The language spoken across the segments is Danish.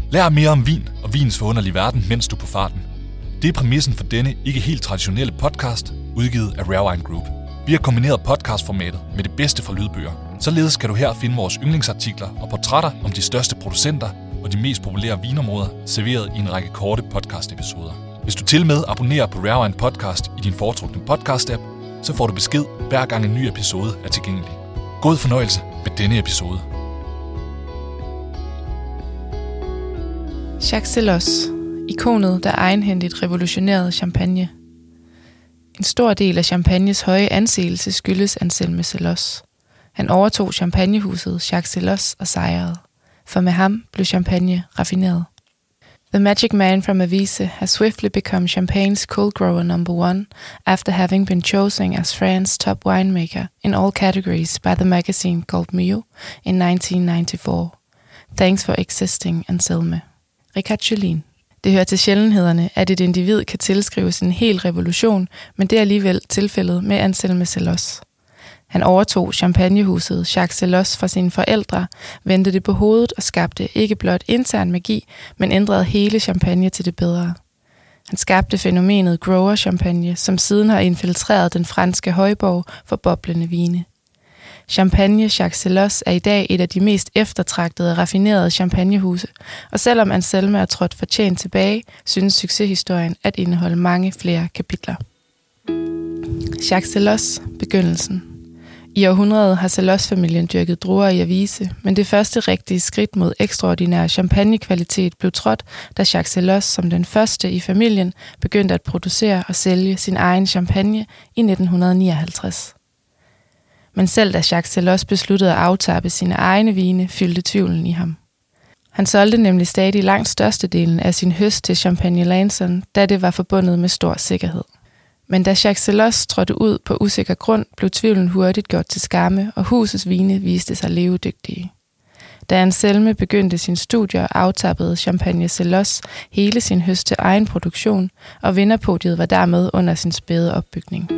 Lær mere om vin og vins forunderlige verden, mens du er på farten. Det er præmissen for denne ikke helt traditionelle podcast, udgivet af Rare Wine Group. Vi har kombineret podcastformatet med det bedste fra lydbøger. Således skal du her finde vores yndlingsartikler og portrætter om de største producenter og de mest populære vinområder, serveret i en række korte podcast-episoder. Hvis du til med abonnerer på Rare Wine Podcast i din foretrukne podcast-app, så får du besked hver gang en ny episode er tilgængelig. God fornøjelse med denne episode. Jacques Celos, ikonet, der egenhændigt revolutionerede champagne. En stor del af champagnes høje anseelse skyldes Anselme Celos. Han overtog champagnehuset Jacques Celos og sejrede, for med ham blev champagne raffineret. The Magic Man from Avise has swiftly become Champagne's cold grower number one after having been chosen as France's top winemaker in all categories by the magazine called Mio in 1994. Thanks for existing, Anselme. Richard Jolien. Det hører til sjældenhederne, at et individ kan tilskrives en hel revolution, men det er alligevel tilfældet med Anselme Celos. Han overtog champagnehuset Jacques Celos fra sine forældre, vendte det på hovedet og skabte ikke blot intern magi, men ændrede hele champagne til det bedre. Han skabte fænomenet grower champagne, som siden har infiltreret den franske højborg for boblende vine. Champagne Jacques Celos er i dag et af de mest eftertragtede og raffinerede champagnehuse, og selvom Anselme er trådt fortjent tilbage, synes succeshistorien at indeholde mange flere kapitler. Jacques Celos, begyndelsen. I århundredet har Celos-familien dyrket druer i Avise, men det første rigtige skridt mod ekstraordinær champagnekvalitet blev trådt, da Jacques Celos som den første i familien begyndte at producere og sælge sin egen champagne i 1959. Men selv da Jacques Celos besluttede at aftappe sine egne vine, fyldte tvivlen i ham. Han solgte nemlig stadig langt størstedelen af sin høst til Champagne Lanson, da det var forbundet med stor sikkerhed. Men da Jacques Celos trådte ud på usikker grund, blev tvivlen hurtigt gjort til skamme, og husets vine viste sig levedygtige. Da Anselme begyndte sin studier, aftappede Champagne Celos hele sin høst til egen produktion, og vinderpodiet var dermed under sin spæde opbygning.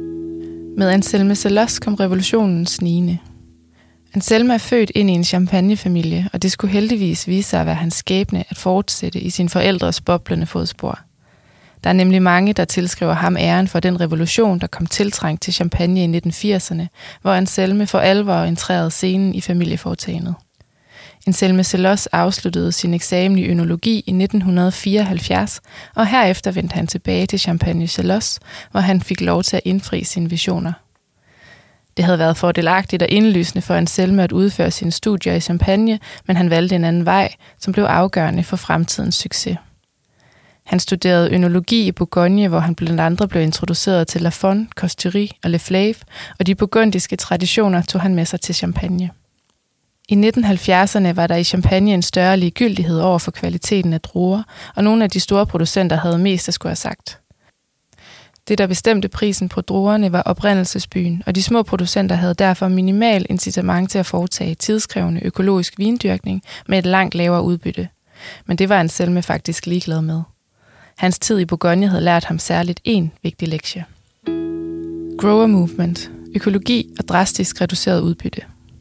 Med Anselme Celos kom revolutionen snigende. Anselme er født ind i en champagnefamilie, og det skulle heldigvis vise sig at være hans skæbne at fortsætte i sine forældres boblende fodspor. Der er nemlig mange, der tilskriver ham æren for den revolution, der kom tiltrængt til champagne i 1980'erne, hvor Anselme for alvor entrerede scenen i familieforetagendet. Anselme Celos afsluttede sin eksamen i ønologi i 1974, og herefter vendte han tilbage til Champagne Celos, hvor han fik lov til at indfri sine visioner. Det havde været fordelagtigt og indlysende for Anselme at udføre sine studier i champagne, men han valgte en anden vej, som blev afgørende for fremtidens succes. Han studerede ønologi i Bourgogne, hvor han blandt andre blev introduceret til Lafon, Costerie og Le Flave, og de burgundiske traditioner tog han med sig til champagne. I 1970'erne var der i champagne en større ligegyldighed over for kvaliteten af druer, og nogle af de store producenter havde mest at skulle have sagt. Det, der bestemte prisen på druerne, var oprindelsesbyen, og de små producenter havde derfor minimal incitament til at foretage tidskrævende økologisk vindyrkning med et langt lavere udbytte. Men det var Anselme faktisk ligeglad med. Hans tid i Bourgogne havde lært ham særligt en vigtig lektie. Grower movement, økologi og drastisk reduceret udbytte.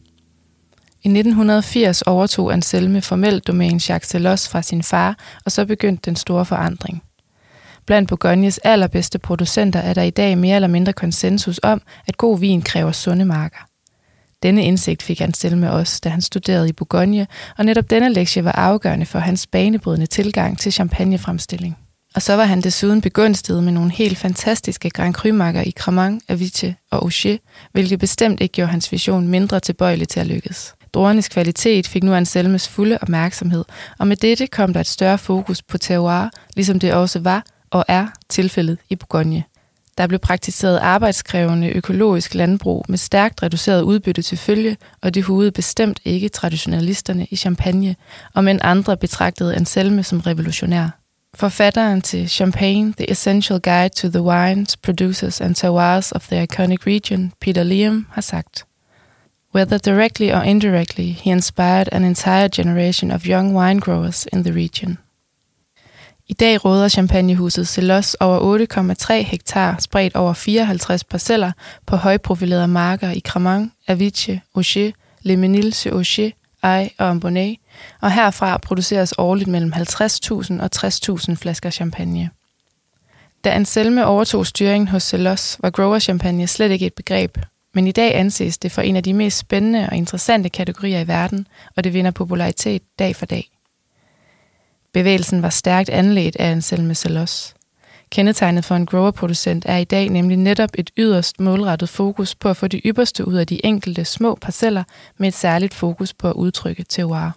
I 1980 overtog Anselme formelt domænen Jacques Celos fra sin far, og så begyndte den store forandring. Blandt Bourgognes allerbedste producenter er der i dag mere eller mindre konsensus om, at god vin kræver sunde marker. Denne indsigt fik Anselme også, da han studerede i Bourgogne, og netop denne lektie var afgørende for hans banebrydende tilgang til champagnefremstilling. Og så var han desuden begunstiget med nogle helt fantastiske Grand Cru-marker i Cremant, Avice og Auger, hvilket bestemt ikke gjorde hans vision mindre tilbøjelig til at lykkes. Druernes kvalitet fik nu Anselmes fulde opmærksomhed, og med dette kom der et større fokus på terroir, ligesom det også var og er tilfældet i Bourgogne. Der blev praktiseret arbejdskrævende økologisk landbrug med stærkt reduceret udbytte til følge, og det hudede bestemt ikke traditionalisterne i champagne, og men andre betragtede Anselme som revolutionær. Forfatteren til Champagne, The Essential Guide to the Wines, Producers and Terroirs of the Iconic Region, Peter Liam, har sagt: Whether directly or indirectly, he inspired an entire generation of young wine growers in the region. I dag råder champagnehuset Celos over 8,3 hektar spredt over 54 parceller på højprofilerede marker i Cremant, Avice, Auger, Le Mesnil-sur-Auger, Eye og Ambonnet, og herfra produceres årligt mellem 50.000 og 60.000 flasker champagne. Da Anselme overtog styringen hos Celos, var grower-champagne slet ikke et begreb, men i dag anses det for en af de mest spændende og interessante kategorier i verden, og det vinder popularitet dag for dag. Bevægelsen var stærkt anledt af Anselme Celos. Kendetegnet for en growerproducent er i dag nemlig netop et yderst målrettet fokus på at få det ypperste ud af de enkelte små parceller med et særligt fokus på at udtrykke terroir.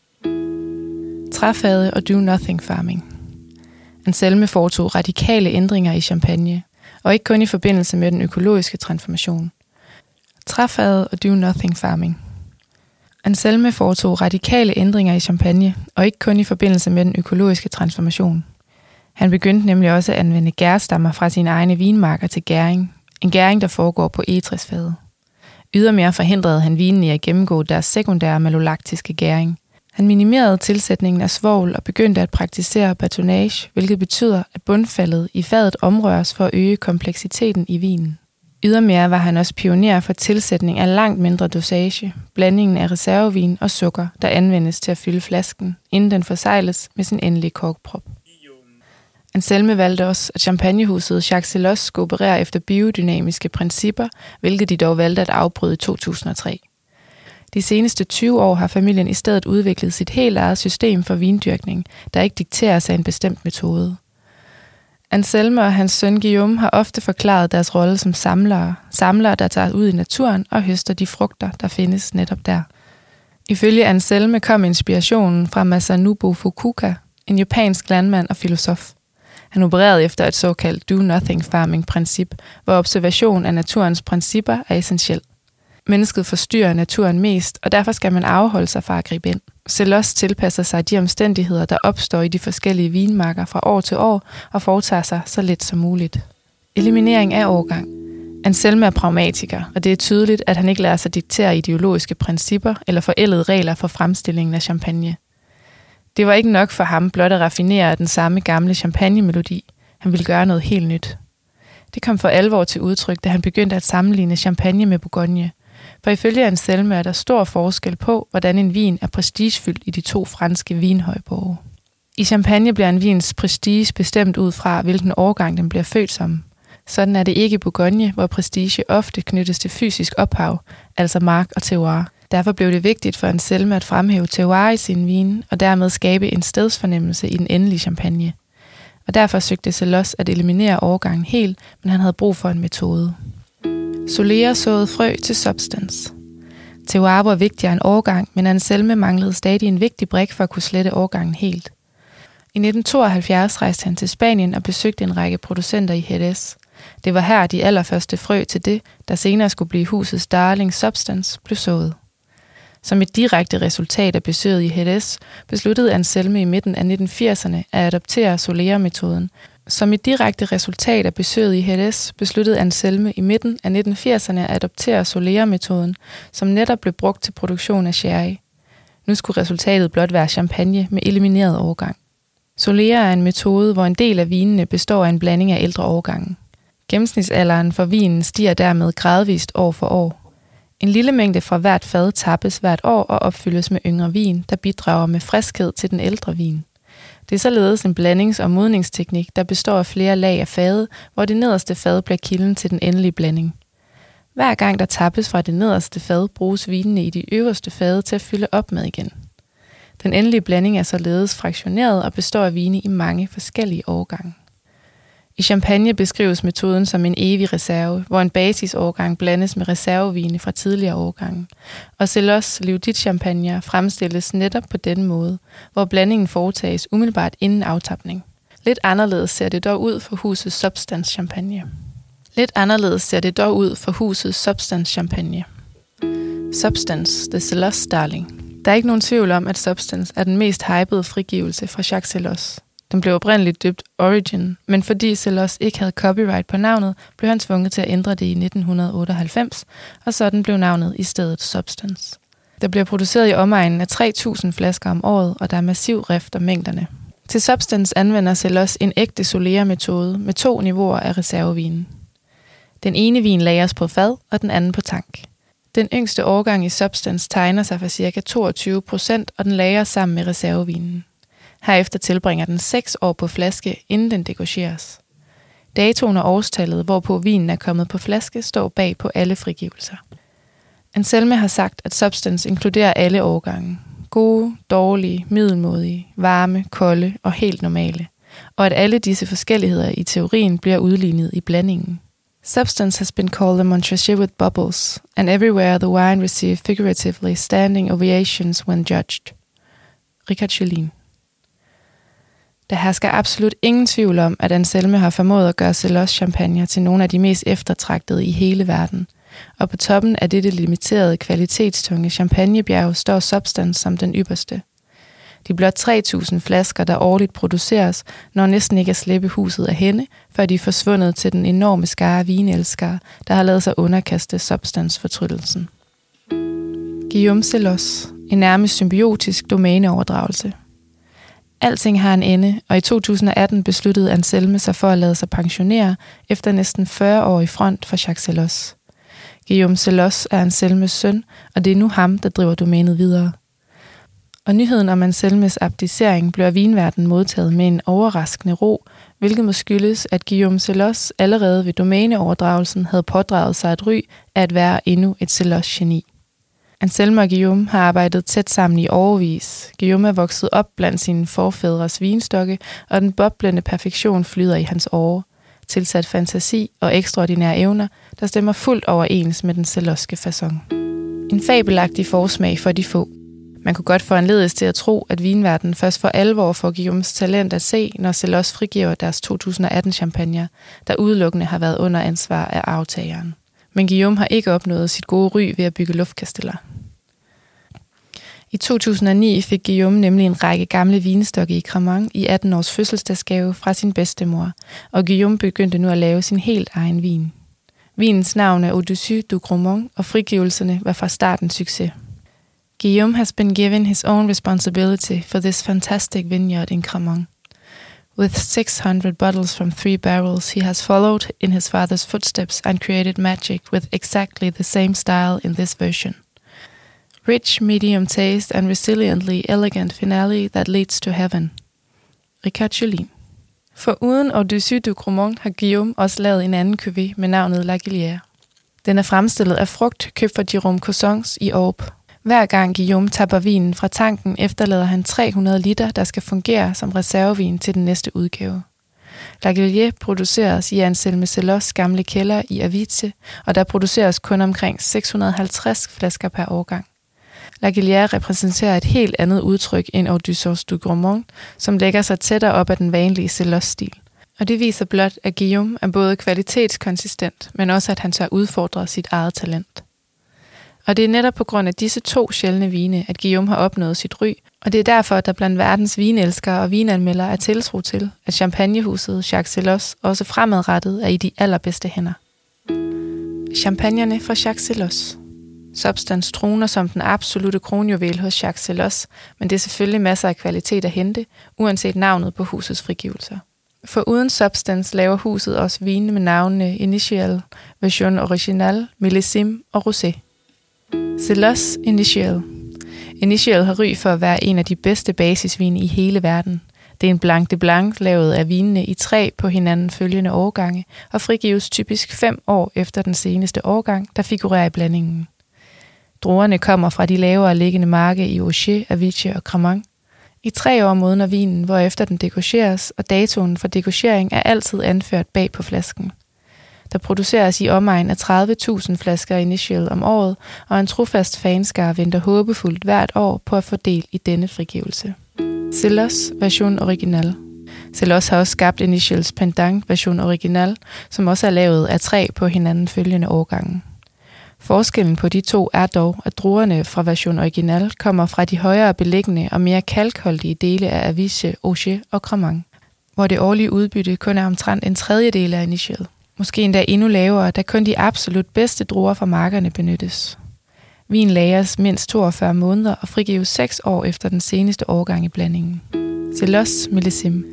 Træfade og do-nothing farming. Anselme foretog radikale ændringer i champagne, og ikke kun i forbindelse med den økologiske transformation. Træfade og do-nothing farming. Anselme foretog radikale ændringer i champagne, og ikke kun i forbindelse med den økologiske transformation. Han begyndte nemlig også at anvende gærstammer fra sine egne vinmarker til gæring. En gæring, der foregår på egetræsfade. Ydermere forhindrede han vinen i at gennemgå deres sekundære malolaktiske gæring. Han minimerede tilsætningen af svovl og begyndte at praktisere batonnage, hvilket betyder, at bundfaldet i fadet omrøres for at øge kompleksiteten i vinen. Ydermere var han også pioner for tilsætning af langt mindre dosage, blandingen af reservevin og sukker, der anvendes til at fylde flasken, inden den forsegles med sin endelige korkprop. Anselme valgte også, at champagnehuset Jacques Celos skulle operere efter biodynamiske principper, hvilket de dog valgte at afbryde i 2003. De seneste 20 år har familien i stedet udviklet sit helt eget system for vindyrkning, der ikke dikteres af en bestemt metode. Anselme og hans søn Guillaume har ofte forklaret deres rolle som samlere, der tager ud i naturen og høster de frugter, der findes netop der. Ifølge Anselme kom inspirationen fra Masanobu Fukuoka, en japansk landmand og filosof. Han opererede efter et såkaldt do-nothing farming-princip, hvor observation af naturens principper er essentiel. Mennesket forstyrrer naturen mest, og derfor skal man afholde sig fra at gribe ind. Celos tilpasser sig de omstændigheder, der opstår i de forskellige vinmarker fra år til år, og foretager sig så lidt som muligt. Eliminering af årgang. Anselme er pragmatiker, og det er tydeligt, at han ikke lader sig diktere ideologiske principper eller forældede regler for fremstillingen af champagne. Det var ikke nok for ham blot at raffinere den samme gamle champagnemelodi. Han ville gøre noget helt nyt. Det kom for alvor til udtryk, da han begyndte at sammenligne champagne med Bourgogne. For ifølge Anselme er der stor forskel på, hvordan en vin er prestigefyldt i de to franske vinhøjborge. I champagne bliver en vins prestige bestemt ud fra, hvilken årgang den bliver født som. Sådan er det ikke i Bourgogne, hvor prestige ofte knyttes til fysisk ophav, altså mark og terroir. Derfor blev det vigtigt for Anselme at fremhæve terroir i sin vin, og dermed skabe en stedsfornemmelse i den endelige champagne. Og derfor søgte Celos at eliminere årgangen helt, men han havde brug for en metode. Solera såede frø til substance. Terroir var vigtigere end årgang, men Anselme manglede stadig en vigtig brik for at kunne slette årgangen helt. I 1972 rejste han til Spanien og besøgte en række producenter i Jerez. Det var her de allerførste frø til det, der senere skulle blive husets darling substance, blev sået. Som et direkte resultat af besøget i Jerez, besluttede Anselme i midten af 1980'erne at adoptere Solera-metoden. Som netop blev brugt til produktion af sherry. Nu skulle resultatet blot være champagne med elimineret årgang. Solera er en metode, hvor en del af vinene består af en blanding af ældre årgange. Gennemsnitsalderen for vinen stiger dermed gradvist år for år. En lille mængde fra hvert fad tappes hvert år og opfyldes med yngre vin, der bidrager med friskhed til den ældre vin. Det er således en blandings- og modningsteknik, der består af flere lag af fadet, hvor det nederste fad bliver kilden til den endelige blanding. Hver gang der tappes fra det nederste fad, bruges vinene i de øverste fade til at fylde op med igen. Den endelige blanding er således fraktioneret og består af vine i mange forskellige årgange. I champagne beskrives metoden som en evig reserve, hvor en basisårgang blandes med reservevine fra tidligere årgange. Og Celos Liudit champagne fremstilles netop på denne måde, hvor blandingen foretages umiddelbart inden aftapning. Lidt anderledes ser det dog ud for husets Substance champagne. Substance, the Celos darling. Der er ikke nogen tvivl om, at Substance er den mest hypede frigivelse fra Jacques Celos. Den blev oprindeligt døbt Origin, men fordi Celos ikke havde copyright på navnet, blev han tvunget til at ændre det i 1998, og sådan blev navnet i stedet Substance. Der bliver produceret i omegnen af 3.000 flasker om året, og der er massiv rift om mængderne. Til Substance anvender Celos en ægte Solera-metode med 2 niveauer af reservevinen. Den ene vin lagres på fad, og den anden på tank. Den yngste årgang i Substance tegner sig for ca. 22%, og den lagres sammen med reservevinen. Herefter tilbringer den 6 år på flaske, inden den degorgeres. Datoen og årstallet, hvorpå vinen er kommet på flaske, står bag på alle frigivelser. Anselme har sagt, at Substance inkluderer alle årgange. Gode, dårlige, middelmådige, varme, kolde og helt normale. Og at alle disse forskelligheder i teorien bliver udlignet i blandingen. Substance has been called the Montrachet with bubbles, and everywhere the wine received figuratively standing ovations when judged. Richard Chelin. Der hersker absolut ingen tvivl om, at Anselme har formået at gøre Celos champagne til nogle af de mest eftertragtede i hele verden. Og på toppen af dette limiterede kvalitetstunge champagnebjerg står Substance som den ypperste. De blot 3.000 flasker, der årligt produceres, når næsten ikke at slippe huset af hende, før de er forsvundet til den enorme skare vinelskere, der har lavet sig underkaste Substance-fortryllelsen. Guillaume Celos, en nærmest symbiotisk domæneoverdragelse. Alting har en ende, og i 2018 besluttede Anselme sig for at lade sig pensionere efter næsten 40 år i front for Jacques Celos. Guillaume Celos er Anselmes søn, og det er nu ham, der driver domænet videre. Og nyheden om Anselmes abdicering blev af vinverdenen modtaget med en overraskende ro, hvilket må skyldes, at Guillaume Celos allerede ved domæneoverdragelsen havde pådraget sig et ry af at være endnu et Celos-geni. Anselme og Guillaume har arbejdet tæt sammen i årevis. Guillaume er vokset op blandt sine forfædres vinstokke, og den boblende perfektion flyder i hans åre, tilsat fantasi og ekstraordinære evner, der stemmer fuldt overens med den celoske facon. En fabelagtig forsmag for de få. Man kunne godt foranledes til at tro, at vinverdenen først for alvor får Guillaumes talent at se, når Celos frigiver deres 2018-champagner, der udelukkende har været under ansvar af aftageren. Men Guillaume har ikke opnået sit gode ry ved at bygge luftkasteller. I 2009 fik Guillaume nemlig en række gamle vinstokke i Cremant i 18 års fødselsdagsgave fra sin bedstemor, og Guillaume begyndte nu at lave sin helt egen vin. Vinens navn er Au-dessus du Grosmont, og frigivelserne var fra starten succes. Guillaume has been given his own responsibility for this fantastic vineyard in Cremant. With 600 bottles from 3 barrels, he has followed in his father's footsteps and created magic with exactly the same style in this version. Rich, medium taste and resiliently elegant finale that leads to heaven. Richard Chelin. For uden Au-dessus du Grosmont har Guillaume også lavet en anden cuvée med navnet La Guillière. Den er fremstillet af frugt købt fra Jérôme Cossons i Aube. Hver gang Guillaume tapper vinen fra tanken, efterlader han 300 liter, der skal fungere som reservevin til den næste udgave. La Guillière produceres i Anselme Celos gamle kælder i Avice, og der produceres kun omkring 650 flasker per årgang. La Guillière repræsenterer et helt andet udtryk end Au-dessus du Grosmont, som lægger sig tættere op ad den vanlige Celos-stil. Og det viser blot, at Guillaume er både kvalitetskonsistent, men også at han tør udfordre sit eget talent. Og det er netop på grund af disse 2 sjældne vine, at Guillaume har opnået sit ry, og det er derfor, at der blandt verdens vinelskere og vinanmeldere er tiltro til, at champagnehuset Jacques Celos også fremadrettet er i de allerbedste hænder. Champagnerne fra Jacques Celos. Substance troner som den absolute kronjuvel hos Jacques Celos, men det er selvfølgelig masser af kvalitet at hente, uanset navnet på husets frigivelser. For uden Substance laver huset også vine med navnene Initial, Version Original, Millésime og Rosé. Celos Initial. Initial har ry for at være en af de bedste basisvine i hele verden. Det er en Blanc de Blanc lavet af vinene i 3 på hinanden følgende årgange og frigives typisk 5 år efter den seneste årgang, der figurerer i blandingen. Druerne kommer fra de lavere liggende marke i Auger, Avice og Cremant. I 3 år modner vinen, hvorefter den degorgeres, og datoen for degorgering er altid anført bag på flasken. Der produceres i omegn af 30.000 flasker Initial om året, og en trofast fanskare venter håbefuldt hvert år på at få del i denne frigivelse. Celos Version Original. Celos har også skabt Initials pendant Version Original, som også er lavet af 3 på hinanden følgende årgange. Forskellen på de 2 er dog, at druerne fra Version Original kommer fra de højere beliggende og mere kalkholdige dele af Avice, Auger og Cremant, hvor det årlige udbytte kun er omtrent en tredjedel af Initial. Måske endda endnu lavere, da kun de absolut bedste druer fra markerne benyttes. Vin lagres mindst 42 måneder og frigives 6 år efter den seneste årgang i blandingen. Celos Millésime.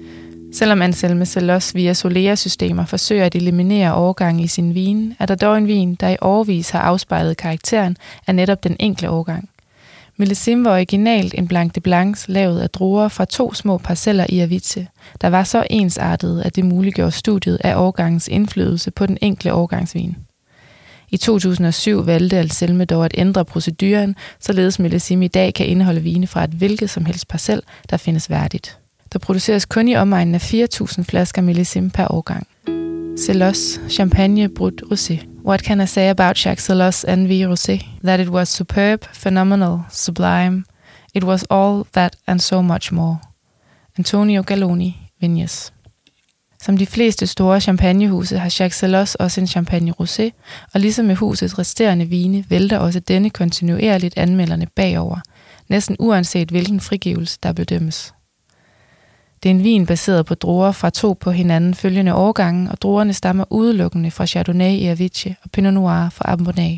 Selvom Anselme Celos via Solera-systemer forsøger at eliminere årgange i sin vin, er der dog en vin, der i årevis har afspejlet karakteren af netop den enkle årgang. Millésime var originalt en Blanc de Blancs lavet af druer fra 2 små parceller i Avice, der var så ensartet, at det muliggjorde studiet af årgangens indflydelse på den enkle årgangsvin. I 2007 valgte Anselme dog at ændre proceduren, således Millésime i dag kan indeholde vine fra et hvilket som helst parcel, der findes værdigt. Der produceres kun i omegnen af 4.000 flasker Millésime per årgang. Celos, Champagne Brut Rosé. What can I say about Jacques Celos NV Rosé? That it was superb, phenomenal, sublime. It was all that and so much more. Antonio Galloni, Vignes. Som de fleste store champagnehuse har Jacques Celos også en Champagne Rosé, og ligesom med husets resterende vine vælter også denne kontinuerligt anmelderne bagover, næsten uanset hvilken frigivelse der bedømmes. Det er en vin baseret på druer fra 2 på hinanden følgende årgange, og druerne stammer udelukkende fra Chardonnay i Avice og Pinot Noir fra Ambonnay.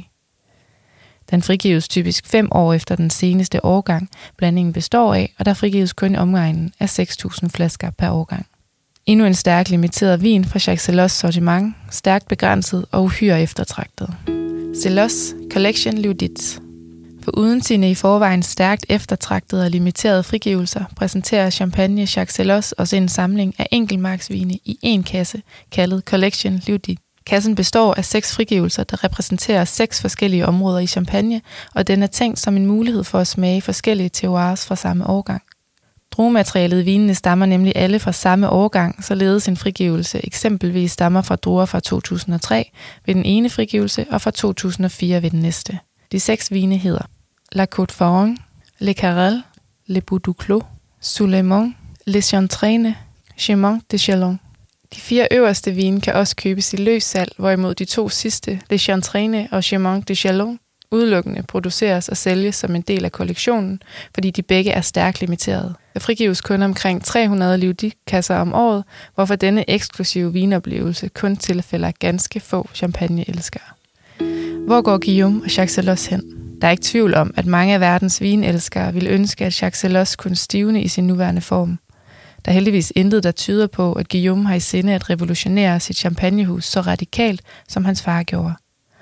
Den frigives typisk 5 år efter den seneste årgang, blandingen består af, og der frigives kun i omegnen af 6.000 flasker per årgang. Endnu en stærk limiteret vin fra Jacques Celos sortiment, stærkt begrænset og uhyre eftertragtet. Celos Collection Liudits. For uden sine i forvejen stærkt eftertragtede og limiterede frigivelser, præsenterer Champagne Jacques Celos også en samling af enkeltmarksvine i en kasse, kaldet Collection Liudit. Kassen består af 6 frigivelser, der repræsenterer 6 forskellige områder i Champagne, og den er tænkt som en mulighed for at smage forskellige terroirs fra samme årgang. Druematerialet i vinene stammer nemlig alle fra samme årgang, således en frigivelse eksempelvis stammer fra druer fra 2003 ved den ene frigivelse og fra 2004 ved den næste. De 6 vine hedder La Côte Faron, Le Carrel, Le Bout du Clos, Souleymont, Le Chantraine, Chemin de Chalon. De 4 øverste vine kan også købes i løs salg, hvorimod de 2 sidste, Le Chantraine og Chemin de Chalon, udelukkende produceres og sælges som en del af kollektionen, fordi de begge er stærkt limiterede. Der frigives kun omkring 300 Liudit-kasser om året, hvorfor denne eksklusive vinoplevelse kun tilfælder ganske få champagneelskere. Hvor går Guillaume og Jacques Celos hen? Der er ikke tvivl om, at mange af verdens vinelskere ville ønske, at Jacques Celos kunne stivne i sin nuværende form. Der er heldigvis intet, der tyder på, at Guillaume har i sinde at revolutionere sit champagnehus så radikalt, som hans far gjorde.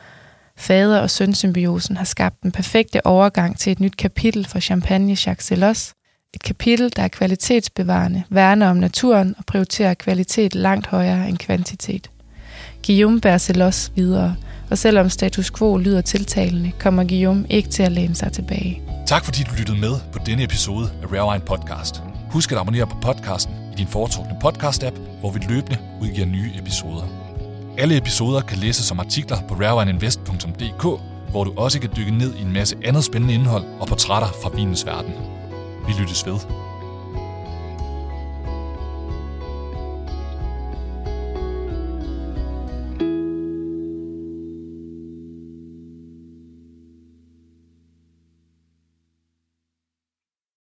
Fader- og sønsymbiosen har skabt den perfekte overgang til et nyt kapitel for Champagne Jacques Celos. Et kapitel, der er kvalitetsbevarende, værner om naturen og prioriterer kvalitet langt højere end kvantitet. Guillaume bærer Celos videre, og selvom status quo lyder tiltalende, kommer Guillaume ikke til at læne sig tilbage. Tak fordi du lyttede med på denne episode af Rare Wine Podcast. Husk at abonnere på podcasten i din foretrukne podcast-app, hvor vi løbende udgiver nye episoder. Alle episoder kan læses som artikler på rarewineinvest.dk, hvor du også kan dykke ned i en masse andet spændende indhold og portrætter fra vinens verden. Vi lyttes ved.